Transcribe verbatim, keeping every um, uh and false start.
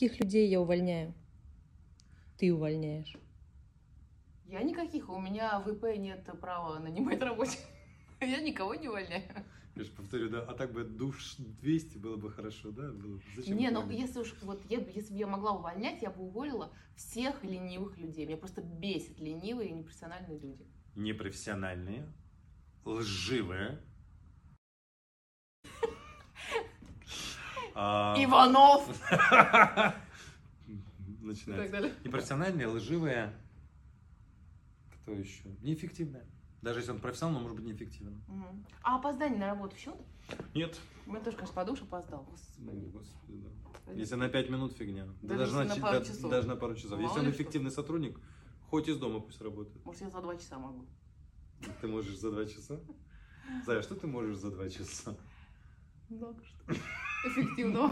Таких людей я увольняю. Ты увольняешь. Я никаких, у меня в ИП нет права нанимать рабочих. Я никого не увольняю. Я же повторю, да, а так бы душ двести было бы хорошо, да? Было. Зачем Не, ну увольнять? если уж вот я, если бы я могла увольнять, я бы уволила всех ленивых людей. Меня просто бесит ленивые и непрофессиональные люди. Непрофессиональные, лживые. А, Иванов! И Начинается. так далее. Непрофессиональные, лживые. Кто еще? Неэффективные. Даже если он профессионал, он может быть неэффективен. Мгм. А опоздание на работу в счет? Нет. Мы тоже, конечно, подумаешь, опоздал. Господи. Ну, господи, да. Если на пять минут фигня. Да Даже даже, если на чи- пару да- часов. даже на пару часов. Мало Если он ли что. эффективный сотрудник, хоть из дома пусть работает. Может, я за два часа могу. Ты можешь за два часа? Зая, что ты можешь за два часа? Много что. Эффективного.